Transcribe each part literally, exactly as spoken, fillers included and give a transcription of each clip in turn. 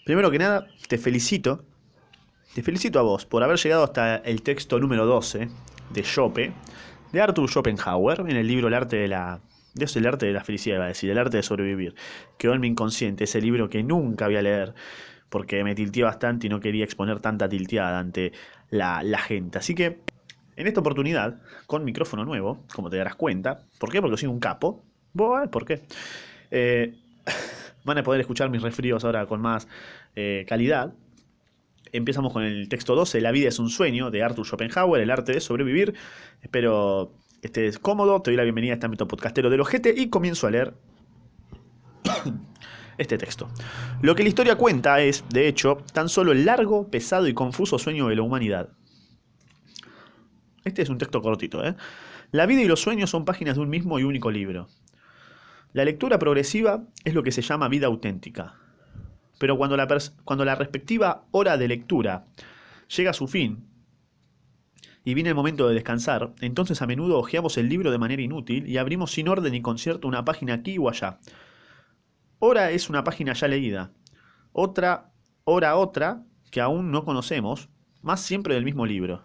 Primero que nada, te felicito. Te felicito a vos por haber llegado hasta el texto número doce de Schope, de Arthur Schopenhauer, en el libro El arte de la... Dios, el arte de la felicidad, iba a decir, el arte de sobrevivir. Quedó en mi inconsciente ese libro que nunca voy a leer porque me tilteé bastante y no quería exponer tanta tilteada ante la, la gente. Así que, en esta oportunidad, con micrófono nuevo, como te darás cuenta, ¿por qué? Porque soy un capo. Bueno, ¿por qué? Eh, Van a poder escuchar mis resfríos ahora con más eh, calidad. Empezamos con el texto doce, La vida es un sueño, de Arthur Schopenhauer, el arte de sobrevivir. Espero que estés cómodo, te doy la bienvenida a este ámbito podcastero del ojete y comienzo a leer este texto. Lo que la historia cuenta es, de hecho, tan solo el largo, pesado y confuso sueño de la humanidad. Este es un texto cortito, ¿eh? La vida y los sueños son páginas de un mismo y único libro. La lectura progresiva es lo que se llama vida auténtica. Pero cuando la, cuando la respectiva hora de lectura llega a su fin y viene el momento de descansar, entonces a menudo hojeamos el libro de manera inútil y abrimos sin orden y concierto una página aquí o allá. Hora es una página ya leída, otra, hora otra, que aún no conocemos, más siempre del mismo libro.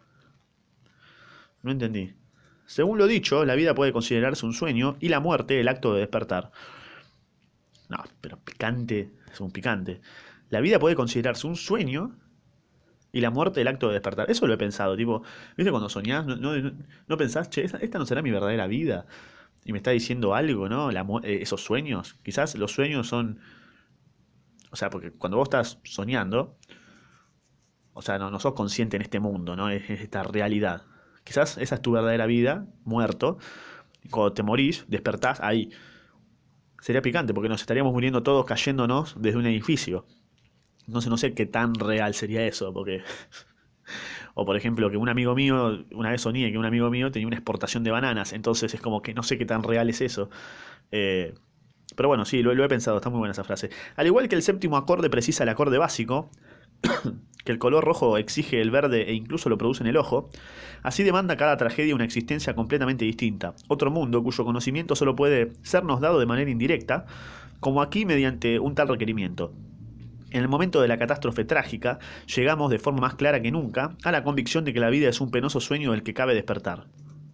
No entendí. Según lo dicho, la vida puede considerarse un sueño y la muerte el acto de despertar. No, pero picante, es un picante. La vida puede considerarse un sueño y la muerte el acto de despertar. Eso lo he pensado, tipo, ¿viste cuando soñás? No, no, no, no pensás, che, esta no será mi verdadera vida. Y me está diciendo algo, ¿no? La, eh, esos sueños. Quizás los sueños son. O sea, porque cuando vos estás soñando, o sea, no, no sos consciente en este mundo, ¿no? Es, es esta realidad. Quizás esa es tu verdadera vida, muerto. Y cuando te morís, despertás ahí. Sería picante, porque nos estaríamos muriendo todos cayéndonos desde un edificio. No sé, no sé qué tan real sería eso, porque o por ejemplo, que un amigo mío, una vez soñé que un amigo mío tenía una exportación de bananas, entonces es como que no sé qué tan real es eso. Eh, pero bueno, sí, lo, lo he pensado, está muy buena esa frase. Al igual que el séptimo acorde precisa el acorde básico, que el color rojo exige el verde e incluso lo produce en el ojo, así demanda cada tragedia una existencia completamente distinta, otro mundo cuyo conocimiento solo puede sernos dado de manera indirecta, como aquí mediante un tal requerimiento. En el momento de la catástrofe trágica, llegamos de forma más clara que nunca a la convicción de que la vida es un penoso sueño del que cabe despertar.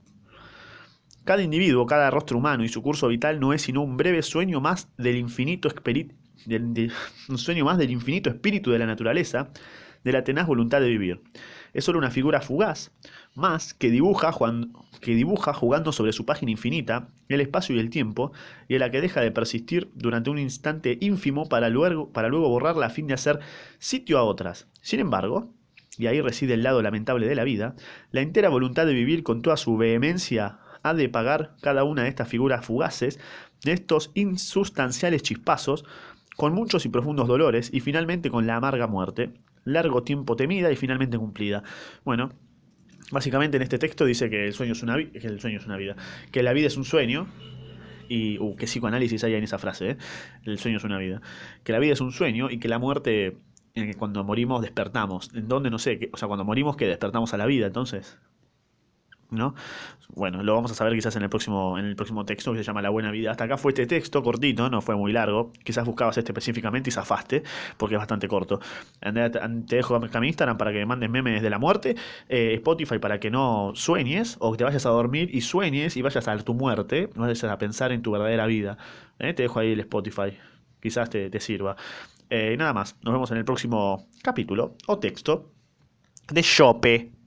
Cada individuo, cada rostro humano y su curso vital no es sino un breve sueño más del infinito espíritu, del, de, un sueño más del infinito espíritu de la naturaleza, de la tenaz voluntad de vivir. Es solo una figura fugaz, más que dibuja, Juan, que dibuja jugando sobre su página infinita el espacio y el tiempo, y en la que deja de persistir durante un instante ínfimo para luego, para luego borrarla a fin de hacer sitio a otras. Sin embargo, y ahí reside el lado lamentable de la vida, la entera voluntad de vivir con toda su vehemencia ha de pagar cada una de estas figuras fugaces, de estos insustanciales chispazos, con muchos y profundos dolores, y finalmente con la amarga muerte, largo tiempo temida y finalmente cumplida. Bueno, básicamente en este texto dice que el sueño es una, vi- que el sueño es una vida, que la vida es un sueño, y uh, qué psicoanálisis hay en esa frase, ¿eh? El sueño es una vida, que la vida es un sueño y que la muerte, eh, cuando morimos despertamos. ¿En dónde? No sé, que, o sea, cuando morimos que despertamos a la vida, entonces, ¿no? Bueno, lo vamos a saber quizás en el próximo, en el próximo texto que se llama La Buena Vida. Hasta acá fue este texto cortito, no fue muy largo. Quizás buscabas este específicamente y zafaste, porque es bastante corto. Te dejo acá mi Instagram para que me mandes memes de la muerte, eh, Spotify para que no sueñes o que te vayas a dormir y sueñes y vayas a tu muerte, vayas a pensar en tu verdadera vida. ¿Eh? Te dejo ahí el Spotify, quizás te, te sirva. Eh, nada más, nos vemos en el próximo capítulo o texto de Chope.